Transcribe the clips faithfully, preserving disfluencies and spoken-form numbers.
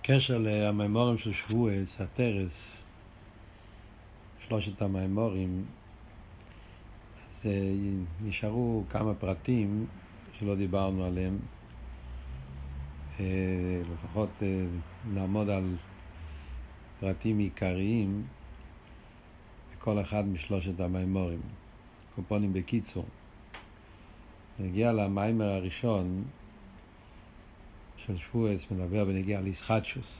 קשר למיימורים של שבועס, הטרס, שלושת המיימורים, אז נשארו כמה פרטים שלא דיברנו עליהם. לפחות נעמוד על פרטים עיקריים בכל אחד משלושת המיימורים. קופונים בקיצור. נגיע למיימר הראשון של שבועס, מדבר בנגיע לישחטשוס.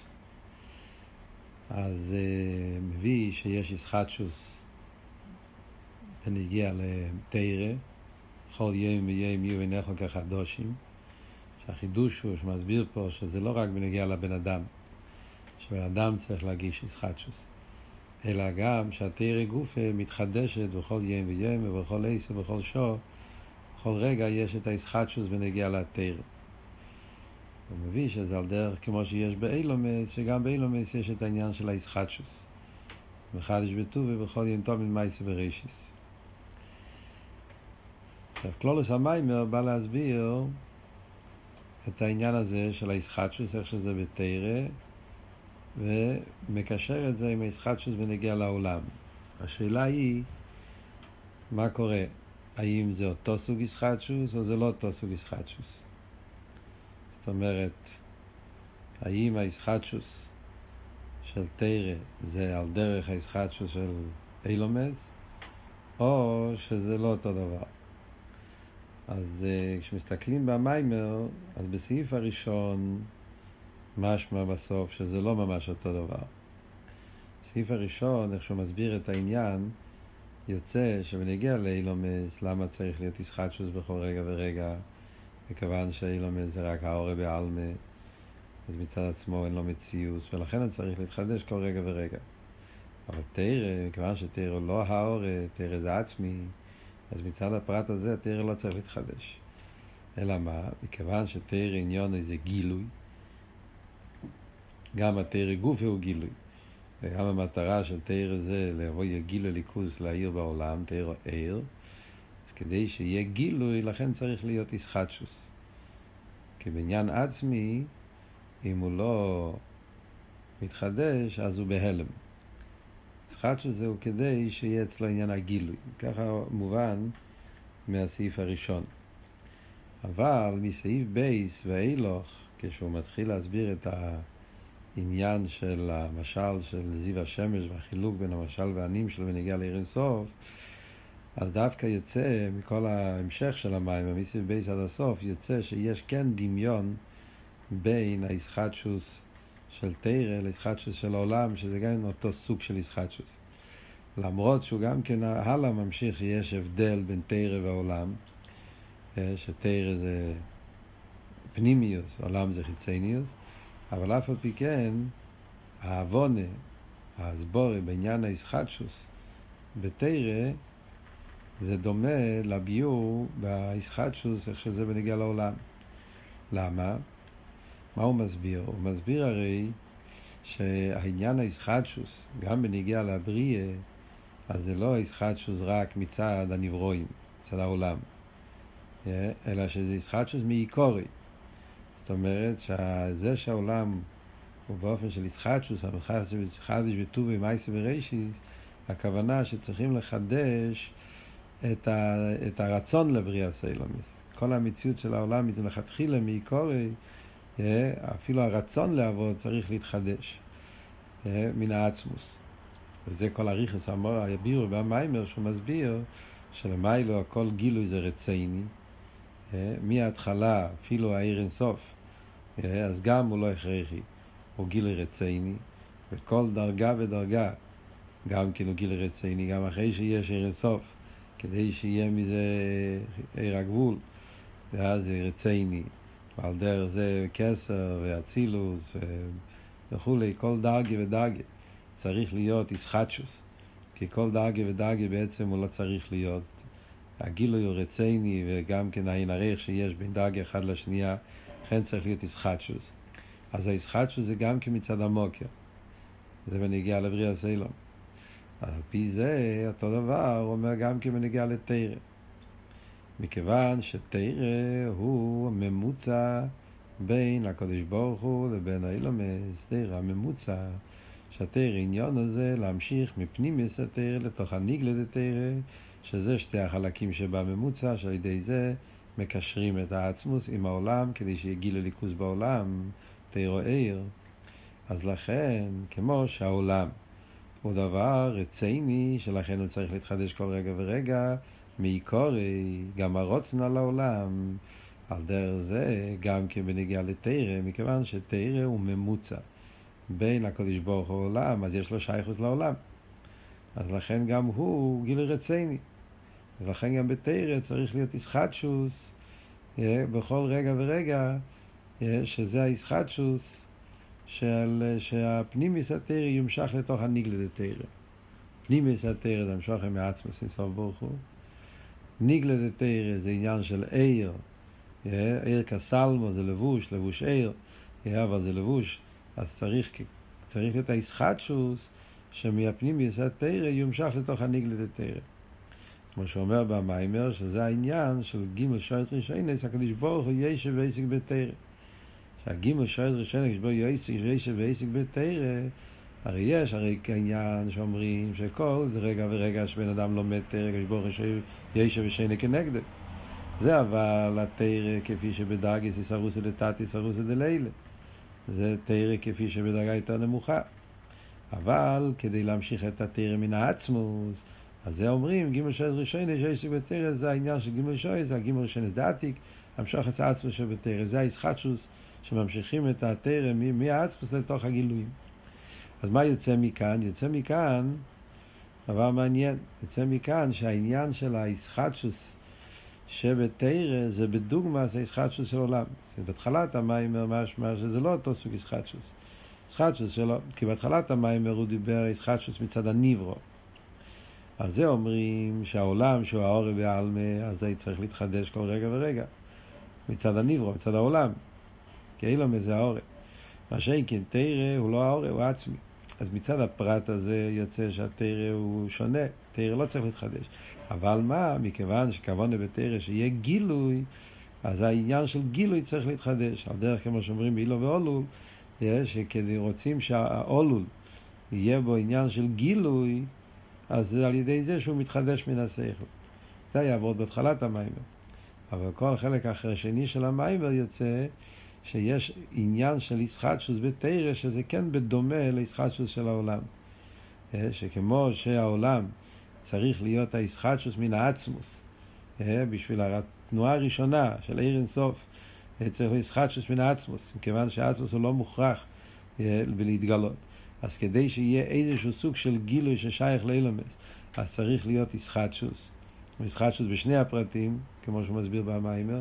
אז uh, מביא שיש ישחטשוס בנגיע לתירה, כל יום ויום יהיו עיניכם כחדושים, שהחידוש הוא שמסביר פה שזה לא רק בנגיע לבן אדם, שבן אדם צריך להגיש ישחטשוס, אלא גם שהתירה גופה מתחדשת בכל יום ויום ובכל עשר ובכל שעה, בכל רגע יש את הישחטשוס בנגיע לתירה. הוא מביא שזה על דרך כמו שיש באילומס, שגם באילומס יש את העניין של הישחטשוס. מחדש בטוב ובכל יום טוב מן מייס בראשיס. עכשיו, כלולוס המיימר בא להסביר את העניין הזה של הישחטשוס, איך שזה בתורה, ומקשר את זה עם הישחטשוס בנגיע לעולם. השאלה היא, מה קורה? האם זה אותו סוג ישחטשוס או זה לא אותו סוג ישחטשוס? זאת אומרת, האם הישחטשוס של תורה זה על דרך הישחטשוס של אילומס, או שזה לא אותו דבר? אז uh, כשמסתכלים במיימר, אז בסעיף הראשון משמע בסוף שזה לא ממש אותו דבר. בסעיף הראשון, איך שהוא מסביר את העניין, יוצא שבנגיע לאילומס, למה צריך להיות ישחטשוס בכל רגע ורגע? מכיוון שאילומס זה רק האורה בעלמה, אז מצד עצמו אין לו מציאוס, ולכן הוא צריך להתחדש כל רגע ורגע. אבל תורה, מכיוון שתורה לא האורה, תורה זה עצמי, אז מצד הפרט הזה תורה לא צריך להתחדש. אלא מה? מכיוון שתורה עניון זה גילוי, גם התורה גוף הוא גילוי, וגם המטרה של תורה זה לבוא גילוי ליכוז להעיר בעולם, תורה עיר, אז כדי שיהיה גילוי, לכן צריך להיות ישחטשוס. כי בעניין עצמי, אם הוא לא מתחדש, אז הוא בהלם. ישחטשוס זהו כדי שיהיה אצלו עניין הגילוי. ככה מובן מהסעיף הראשון. אבל מסעיף בייס ואילוך, כשהוא מתחיל להסביר את העניין של המשל של זיו השמש והחילוק בין המשל והנים שלו ונגיע לעיר אינסוף, אז דווקא יוצא מכל ההמשך של המים, מסעיף בייס עד הסוף, יוצא שיש כן דמיון בין הישחטשוס של תורה לישחטשוס של העולם, שזה גם אותו סוג של ישחטשוס. למרות שהוא גם כן הלאה ממשיך שיש הבדל בין תורה והעולם, שתורה זה פנימיוס, עולם זה חיצניוס, אבל אף על פי כן, העוונה, ההסבורה בעניין הישחטשוס בתורה, זה דומה לביור בישחטשוס, איך שזה בנגיע לעולם. למה? מה הוא מסביר? הוא מסביר הרי שהעניין הישחטשוס, גם בנגיע לבריאה, אז זה לא הישחטשוס רק מצד הנברואים, מצד העולם, אלא שזה ישחטשוס מעיקורי. זאת אומרת שזה שהעולם הוא באופן של ישחטשוס, המחדש בטוב ומייס בראשיס, הכוונה שצריכים לחדש את, ה, את הרצון לבריאה סילומס. כל המציאות של העולם היא לכתחילה מעיקורי, אפילו הרצון לעבוד צריך להתחדש מן העצמוס. וזה כל הריחס המור היביר והמיימר שהוא מסביר שלמיילו הכל גילוי זה רציני, מההתחלה אפילו העיר אינסוף, אז גם הוא לא הכרחי, הוא גילוי רציני, וכל דרגה ודרגה גם כאילו גילוי רציני, גם אחרי שיש עיר אינסוף, כדי שיהיה מזה עיר הגבול, ואז זה רציני, ועל דרך זה כסר ואצילוס וכו', כל דרגה ודרגה צריך להיות ישחטשוס, כי כל דרגה ודרגה בעצם הוא לא צריך להיות. הגילוי הוא רציני, וגם כן העין הריח שיש בין דרגה אחד לשנייה, לכן צריך להיות ישחטשוס. אז הישחטשוס זה גם כמצד המוקר, זה בנגיע לבריאה סילום. על פי זה אותו דבר הוא אומר גם כבנגיע לתורה, מכיוון שתורה הוא ממוצע בין הקדוש ברוך הוא לבין האילומס, תרא הממוצע, שהתרא עניין הזה להמשיך מפנימיוס התרא לתוך הנגלה דתרא, שזה שתי החלקים שבממוצע, שעל ידי זה מקשרים את העצמוס עם העולם, כדי שיגיע לליכוז בעולם, תרא עיר. אז לכן, כמו שהעולם הוא דבר רציני, שלכן הוא צריך להתחדש כל רגע ורגע, מעיקורי, גם הרוצן על העולם, על דרך זה, גם כבנגיע לתרא, מכיוון שתרא הוא ממוצע בין הקדוש ברוך הוא לעולם, אז יש לו שייכות לעולם. אז לכן גם הוא גיל רציני. אז לכן גם בתרא צריך להיות ישחטשוס, בכל רגע ורגע, שזה הישחטשוס, של שהפנימיוס התרא ימשך לתוך הנגלה דתרא. פנימיוס התרא זה המשוך מעצמוס אינסוף ברוך הוא. נגלה דתרא זה עניין של עיר, עיר כסלמו זה לבוש, לבוש עיר, אבל זה לבוש, אז צריך, צריך להיות הישחטשוס שמהפנימיוס התרא ימשך לתוך הנגלה דתרא. כמו שאומר במיימר, שזה העניין של גימל שעות ראשונס, הקדוש ברוך הוא ישב ועסק בתרא. שהגימל שעות ראשונס, שבו ישב ועסק בתרא, הרי יש, הרי כעניין שאומרים שכל רגע ורגע שבן אדם לומד תרא, הקדוש ברוך הוא ישב ושנה כנגדו. זה אבל התרא כפי שבדרגס יסרוסא דתתא יסרוסא דלילה. זה תרא כפי שבדרגה יותר נמוכה. אבל כדי להמשיך את התרא מן העצמוס, אז זה אומרים, גימל שעות ראשונס שעסק בתרא, זה העניין של גימל שעות, זה הגימל ראשונס דעתיק, המשוך את העצמוס שבתרא, זה הישחטשוס שממשיכים את התרא מהעצמוס לתוך הגילויים. אז מה יוצא מכאן? יוצא מכאן דבר מעניין, יוצא מכאן שהעניין של הישחטשוס שבתרא זה בדוגמה, זה ישחטשוס של עולם. בתחילת המיימר משמע שזה לא אותו סוג ישחטשוס. ישחטשוס שלו, כי בתחילת המיימר הוא דיבר ישחטשוס מצד הניברו. על זה אומרים שהעולם שהוא האור בעלמא, אז זה צריך להתחדש כל רגע ורגע. מצד הניברו, מצד העולם. כאילו מזה האור. מה שאין כן תרא הוא לא האור, הוא עצמי. אז מצד הפרט הזה יוצא שהתרא הוא שונה. תרא לא צריך להתחדש. אבל מה? מכיוון שכוונה בתרא שיהיה גילוי, אז העניין של גילוי צריך להתחדש. על דרך כמו שאומרים באילו ואולול, שכדי רוצים שהאולול יהיה בו עניין של גילוי, אז זה על ידי זה שהוא מתחדש מן השכל. זה יעבוד בהתחלת המיימר. אבל כל חלק אחר שני של המיימר יוצא שיש עניין של ישחטשוס בתרא, שזה כן בדומה לישחטשוס של העולם. שכמו שהעולם צריך להיות הישחטשוס מן העצמוס, בשביל התנועה הראשונה של עיר אינסוף, צריך ישחטשוס מן העצמוס, מכיוון שהעצמוס הוא לא מוכרח להתגלות. אז כדי שיהיה איזשהו סוג של גילוי ששייך לאילומס, אז צריך להיות ישחטשוס. ישחטשוס בשני הפרטים, כמו שהוא מסביר במיימר.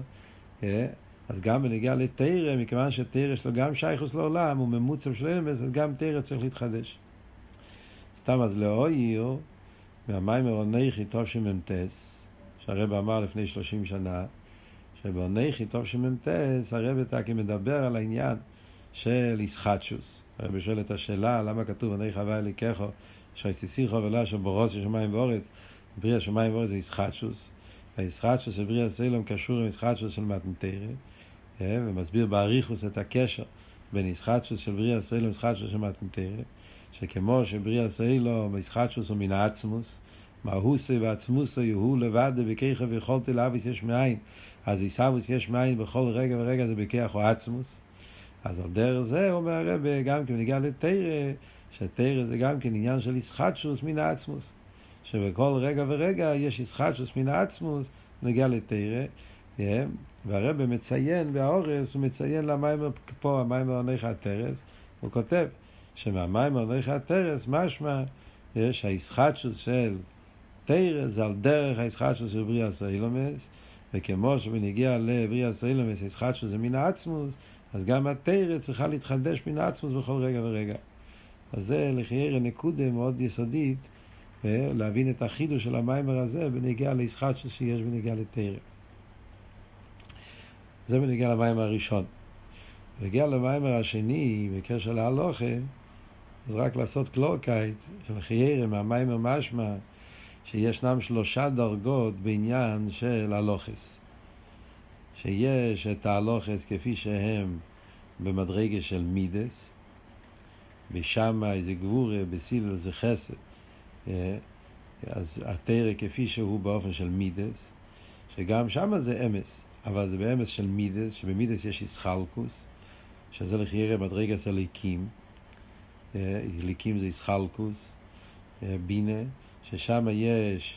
אז גם בנגיע לתרא, מכיוון שתרא יש לו גם שייכוס לעולם, הוא ממוצע של אילומס, אז גם תרא צריך להתחדש. סתם אז לאויר, מהמיימר עונכי טוב שממתס, שהרב אמר לפני שלושים שנה, שבעונכי טוב שממתס, הרב תקי מדבר על העניין של ישחטשוס. הרב שואל את השאלה, למה כתוב עונכי חווה אליקךו, שהיציסיכו ולא שברוס יש שמיים ואורץ, בריאה שמיים ואורץ זה ישחטשוס. הישחטשוס של בריאה סלום קשור עם ישחטשוס של מתנתרא, ומסביר באריכוס את הקשר בין ישחטשוס של בריאה סלום וישחטשוס של מתנתרא, שכמו שבריאה סלום ישחטשוס הוא מן העצמוס, מהוסי ועצמוסי הוא לבד בכיחה ויכולתי להביס יש מאין, אז ישאבוס יש מאין בכל רגע ורגע זה בכיח או עצמוס. אז על דרך זה אומר הרב גם כי נגיע לתרא, שתרא זה גם כן עניין של ישחטשוס מן העצמוס, שבכל רגע ורגע יש ישחטשוס מן העצמוס נגיע לתרא. והרב מציין באורס, הוא מציין למיימר פה, המיימר עונכי התרס, הוא כותב שמהמיימר עונכי התרס משמע יש הישחטשוס של תרא זה על דרך הישחטשוס של בריאה סילומס, וכמו שבנגיע לבריאה סילומס הישחטשוס זה מן העצמוס, אז גם התרא צריכה להתחדש מן העצמוס בכל רגע ורגע. אז זה לחייר נקודה מאוד יסודית, להבין את החידוש של המיימר הזה בנגיע לישחטשוס שיש בנגיע לתרא. זה בנגיע למיימר הראשון. בנגיע למיימר השני, בקשר להלוכה, אז רק לעשות קלורקייט של חייר מהמיימר משמע, שישנם שלושה דרגות בעניין של הלוכס. שיש את ההלוכס כפי שהם במדרגה של מידס, ושם איזה גבורה, בסילל זה חסד, אז התרא כפי שהוא באופן של מידס, שגם שם זה אמס, אבל זה באמס של מידס, שבמידס יש ישחלקוס, שזה לחיירה מדרגה של ליקים, ליקים זה ישחלקוס, בינה, ששם יש,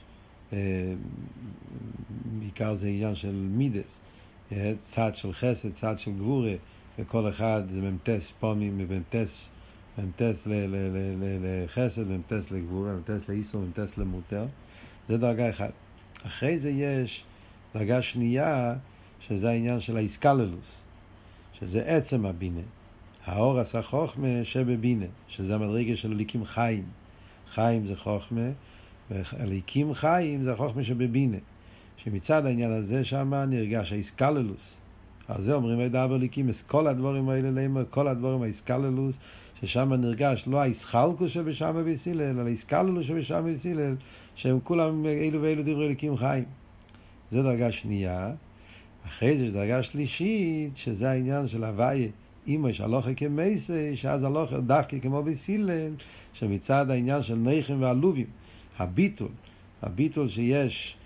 בעיקר זה עניין של מידס, צד של חסד, צד של גבורה, וכל אחד זה ממתס פומים, ממתס, ממתס לחסד, ממתס לגבורה, ממתס לאיסור, ממתס למותר. זה דרגה אחת. אחרי זה יש דרגה שנייה, שזה העניין של האיסקללוס, שזה עצם הבינה. האור עשה חוכמה שבבינה, שזה המדרגה של הליקים חיים. חיים זה חוכמה, והליקים חיים זה החוכמה שבבינה. שמצד העניין הזה שם נרגש האיסקללוס. אז זה אומרים הידבר ליקים, כל הדברים האלה לאמר, כל הדברים האיסקללוס, ששם נרגש לא האיסחלקוס שבשם בסילל, אלא האיסקללוס שבשם בסילל, שהם כולם אילו ואילו דברי ליקים חיים. זה דרגה שנייה. אחרי זה דרגה שלישית, שזה העניין של הוויה, אימא יש הלוכה כמייסי, שאז הלוכה דווקא כמו בסילל, שמצד העניין של נחם והלובים, הביטול, הביטול שיש,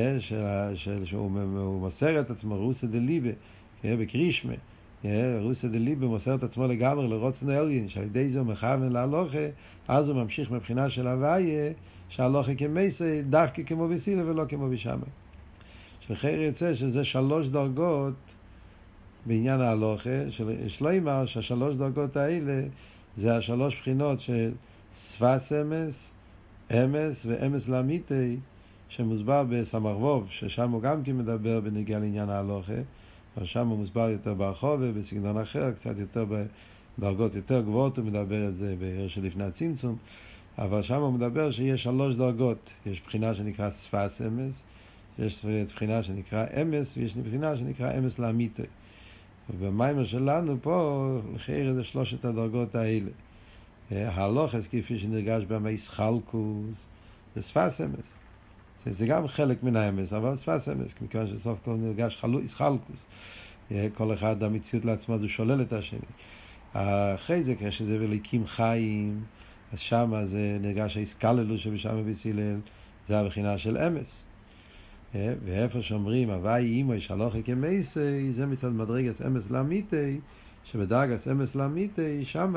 שהוא מוסר את עצמו, רוסא דליבה, בקרישמה, רוסא דליבה מוסר את עצמו לגמרי לרוצן העליון, שעל ידי זה הוא מכוון להלוכה, אז הוא ממשיך מבחינה של הוויה, שההלוכה כמייסי, דווקא כמו בסילל ולא כמו בשמאי. שלחיר יצא שזה שלוש דרגות בעניין ההלוכה, יש לומר שהשלוש דרגות האלה זה השלוש בחינות של שפת אמס, אמס ואמס לאמיתי, שמוסבר בסמ"ך, ששם הוא גם כן מדבר בנגיע לעניין ההלוכה, אבל שם הוא מוסבר יותר ברחוב ובסגנון אחר, קצת יותר בדרגות יותר גבוהות, הוא מדבר את זה בעיר שלפני הצמצום, אבל שם הוא מדבר שיש שלוש דרגות, יש בחינה שנקרא שפת אמס, יש בחינה שנקרא אמס, ויש בחינה שנקרא אמס לאמיתי. ובמיימר שלנו פה, לחיר זה שלושת הדרגות האלה. ההלוכס כפי שנרגש בהם האיסחלקוס, זה שפת אמס. זה, זה גם חלק מן האמס, אבל שפת אמס, מכיוון שסוף כל נרגש איסחלקוס. כל אחד המציאות לעצמו זה שולל את השני. אחרי זה, כשזה בליקים חיים, אז שם זה נרגש האיסקללוס שבשם בסילל, זה הבחינה של אמס. ואיפה שאומרים הוואי אימו יש הלוכה כמייסי, זה מצד מדרגת אמס לאמיתי, שבדרגת אמס לאמיתי שם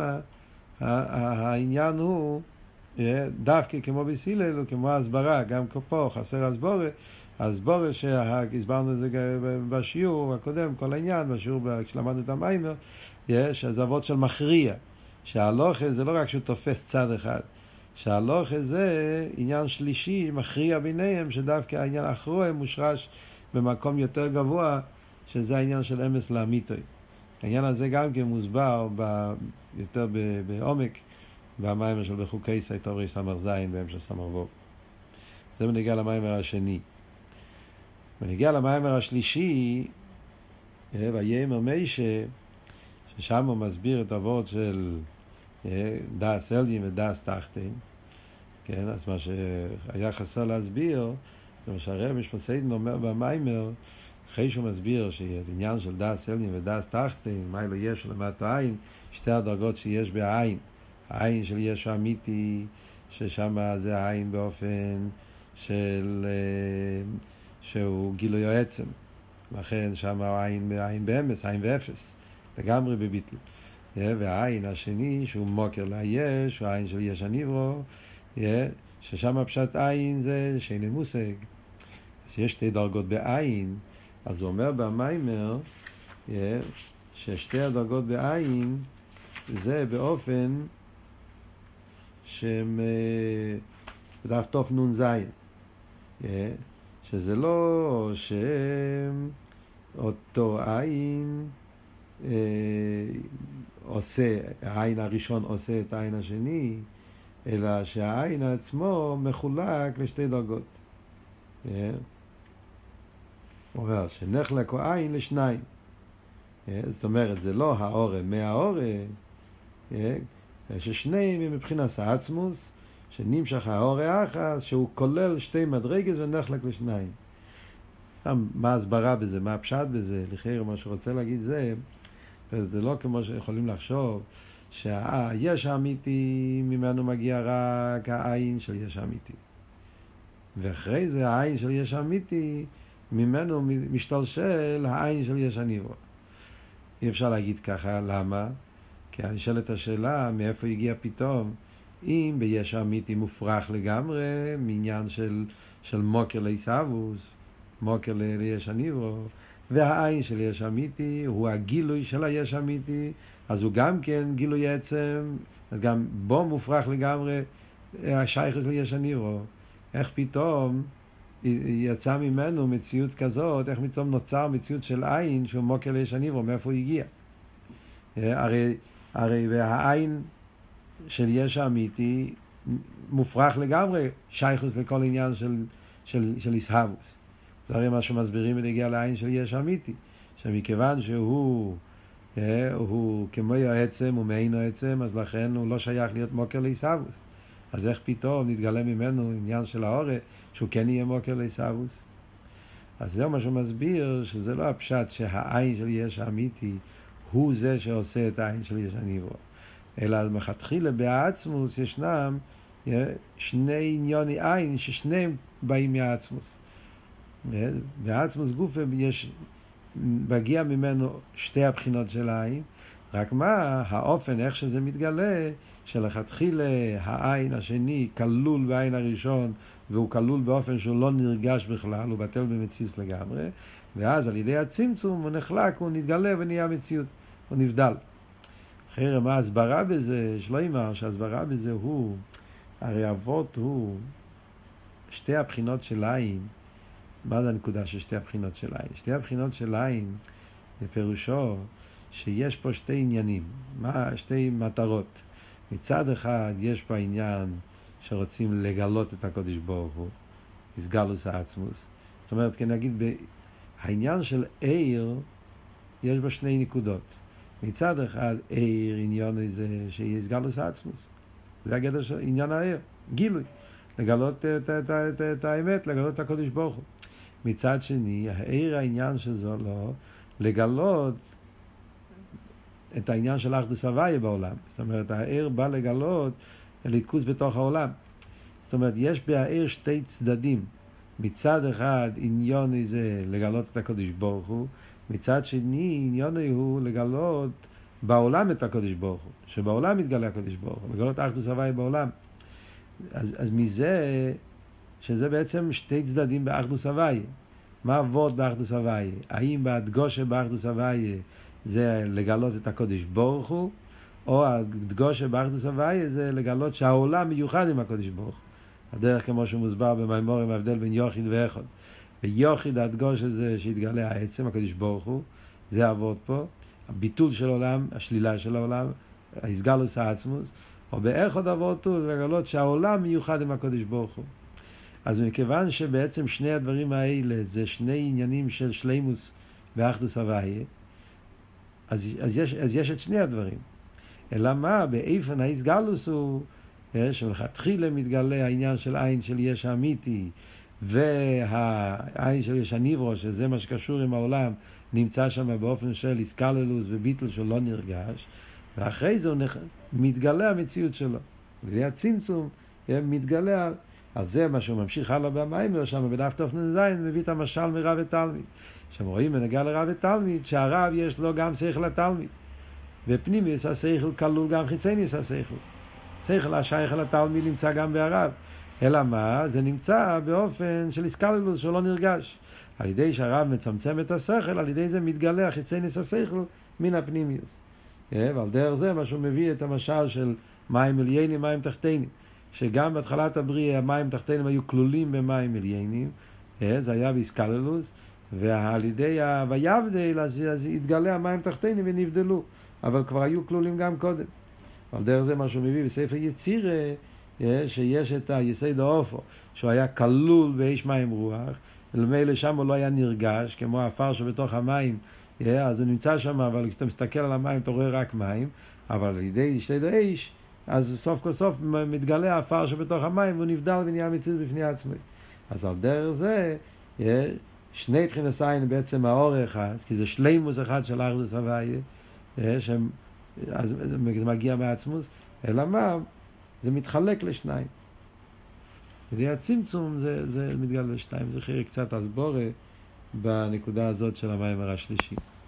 העניין הוא דווקא כמו בסילל וכמו הסברה, גם פה חסר הסבורה, הסבורה שהסברנו את זה בשיעור הקודם, כל העניין בשיעור כשלמדנו את המיימר, יש אבות של מכריע, שההלוכה זה לא רק שהוא תופס צד אחד, שההלוכה זה עניין שלישי, מכריע ביניהם, שדווקא העניין האחרון מושרש במקום יותר גבוה, שזה העניין של אמס לאמיתי. העניין הזה גם כן מוסבר ב, יותר ב, בעומק, במיימר של בחוקי סייטורי סמר זין, בהמשך סמר וו. זה מנגיע למיימר השני. מנגיע למיימר השלישי, ויאמר מיישה, ששם הוא מסביר את הוורד של דאס עליון ודאס תחתון, כן, אז מה שהיה חסר להסביר, זה מה שהרב משמעסיידן אומר במיימר, אחרי שהוא מסביר שעניין של דאס עליון ודאס תחתון, מה לא יש למטה העין, שתי הדרגות שיש בעין, העין של יש אמיתי, ששם זה העין באופן של, שהוא גילוי העצם, לכן שם העין, העין באמס, העין באפס, לגמרי בביטל. והעין השני שהוא מוקר ליש, הוא העין של יש הניברו, ששם הפשט עין זה שאין מושג. אז יש שתי דרגות בעין, אז הוא אומר במיימר ששתי הדרגות בעין זה באופן שהם בדף תוף נון זין, שזה לא שאותו עין עושה, העין הראשון עושה את העין השני, אלא שהעין עצמו מחולק לשתי דרגות. הוא אומר שנחלק העין לשניים. זאת אומרת, זה לא האורה מהאורה, ששניהם הם מבחינת העצמוס, שנמשך האורה אחת, שהוא כולל שתי מדרגות ונחלק לשניים. סתם, מה ההסברה בזה, מה הפשט בזה, לכאורה מה שרוצה להגיד זה, זה לא כמו שיכולים לחשוב, שהיש האמיתי ממנו מגיע רק העין של יש האמיתי. ואחרי זה העין של יש האמיתי, ממנו משתלשל העין של יש הניברו. אי אפשר להגיד ככה, למה? כי אני שואל את השאלה, מאיפה הגיע פתאום? אם ביש האמיתי מופרך לגמרי, מעניין של, של מוקר לעיסאוויס, מוקר ליש הניברו, והעין של יש האמיתי הוא הגילוי של היש האמיתי, אז הוא גם כן גילוי עצם, אז גם בו מופרך לגמרי השייכות ליש הניברו. איך פתאום יצא ממנו מציאות כזאת, איך פתאום נוצר מציאות של עין שהוא מוקר ליש הניברו, מאיפה הוא הגיע? הרי, הרי והעין של יש האמיתי מופרך לגמרי שייכות לכל עניין של, של, של איסהבוס. זה הרי מה שמסבירים ולהגיע לעין של יש האמיתי, שמכיוון שהוא הוא כמו העצם, הוא מעין העצם, אז לכן הוא לא שייך להיות מוקר לאיסהבוס. אז איך פתאום נתגלה ממנו עניין של האורה שהוא כן יהיה מוקר לאיסהבוס? אז זה מה שהוא מסביר, שזה לא הפשט שהעין של יש האמיתי הוא זה שעושה את העין של יש הניברו, אלא מלכתחילה בעצמוס ישנם שני עניוני עין ששניהם באים מהעצמוס. בעצמוס גופה יש, מגיע ממנו שתי הבחינות של העין, רק מה האופן איך שזה מתגלה, שלכתחילה העין השני כלול בעין הראשון, והוא כלול באופן שהוא לא נרגש בכלל, הוא בטל במציאות לגמרי, ואז על ידי הצמצום הוא נחלק, הוא נתגלה ונהיה מציאות, הוא נבדל. אחרי מה ההסברה בזה, שלא אמר שההסברה בזה הוא, הרי אבות הוא שתי הבחינות של עין. מה זה הנקודה של שתי הבחינות של עין? שתי הבחינות של עין זה פירושו שיש פה שתי עניינים, מה, שתי מטרות. מצד אחד יש פה עניין שרוצים לגלות את הקודש ברוך הוא, הסגלוס העצמוס. זאת אומרת, כן נגיד, העניין של עיר יש בו שני נקודות. מצד אחד עיר עניין זה שיהיה הסגלוס העצמוס, זה הגדר של עניין העיר, גילוי, לגלות את, את, את, את האמת, לגלות את הקודש ברוך הוא. מצד שני, העיר העניין שזו לא, לגלות את העניין של אחדוס הוויה בעולם. זאת אומרת, העיר בא לגלות ליכוז בתוך העולם. זאת אומרת, יש בעיר שתי צדדים. מצד אחד, עניון זה לגלות את הקודש ברוך הוא, מצד שני, עניון הוא לגלות בעולם את הקודש ברוך הוא, שבעולם מתגלה הקודש ברוך הוא, לגלות אחדוס הוויה בעולם. אז, אז מזה, שזה בעצם שתי צדדים באחדוס הוויה. מה עבוד באחדוס הוויה? האם בהדגושה באחדוס הוויה זה לגלות את הקודש ברוך הוא, או הדגושה באחדוס הוויה זה לגלות שהעולם מיוחד עם הקודש ברוך הוא. הדרך כמו שמוסבר במימורים, ההבדל בין יוחיד ואחד. ביוחיד הדגושה זה שהתגלה העצם, הקודש ברוך הוא, זה עבוד פה, הביטול של העולם, השלילה של העולם, ההסגלוס העצמוס, או באחד עבוד פה זה לגלות שהעולם מיוחד עם הקודש ברוך הוא. אז מכיוון שבעצם שני הדברים האלה זה שני עניינים של שלימוס ואחדוס הוויה, אז, אז, יש, אז יש את שני הדברים. אלא מה? באיפן ההסגלוס הוא שמלכתחילה מתגלה העניין של עין של יש האמיתי, והעין של יש הניברו, שזה מה שקשור עם העולם, נמצא שם באופן של איסקללוס וביטל שלא נרגש, ואחרי זה מתגלה המציאות שלו. וזה הצמצום מתגלה. אז זה מה שהוא ממשיך הלאה במיימר, שם בדף תופן זין, מביא את המשל מרב ותלמיד. שם רואים בנגע לרב ותלמיד, שהרב יש לו גם שכל לתלמיד. ופנימיוס השכל כלול גם חיצוניוס השכל. שכל השייך לתלמיד נמצא גם בהרב. אלא מה? זה נמצא באופן של איסקללוס שלא נרגש. על ידי שהרב מצמצם את השכל, על ידי זה מתגלה החיצוניוס השכל מן הפנימיוס. ועל דרך זה מה שהוא מביא את המשל של מים עליינים, מים תחתינים. שגם בהתחלת הבריאה המים תחתינים היו כלולים במים עליינים, זה היה באיסקללוס, ועל ידי ויבדל אז, אז התגלה המים תחתינים ונבדלו, אבל כבר היו כלולים גם קודם. על דרך זה מה שהוא מביא בספר יצירה, שיש את היסוד האופו, שהוא היה כלול באש מים רוח, ולמילא שם הוא לא היה נרגש, כמו האפר שבתוך המים, אז הוא נמצא שם, אבל כשאתה מסתכל על המים אתה רואה רק מים, אבל על ידי יסוד האש, אז סוף כל סוף מתגלה האפר שבתוך המים, והוא נבדל ונהיה מציאות בפני עצמי. אז על דרך זה, שני תחינס עין בעצם האור אחד, כי זה שלימוס אחד של אחדוס הוויה, שהם, אז זה מגיע מעצמוס, אלא מה? זה מתחלק לשניים. וזה הצמצום, זה, זה מתגלה לשניים, זה חייר קצת הסבורה בנקודה הזאת של המיימר השלישי.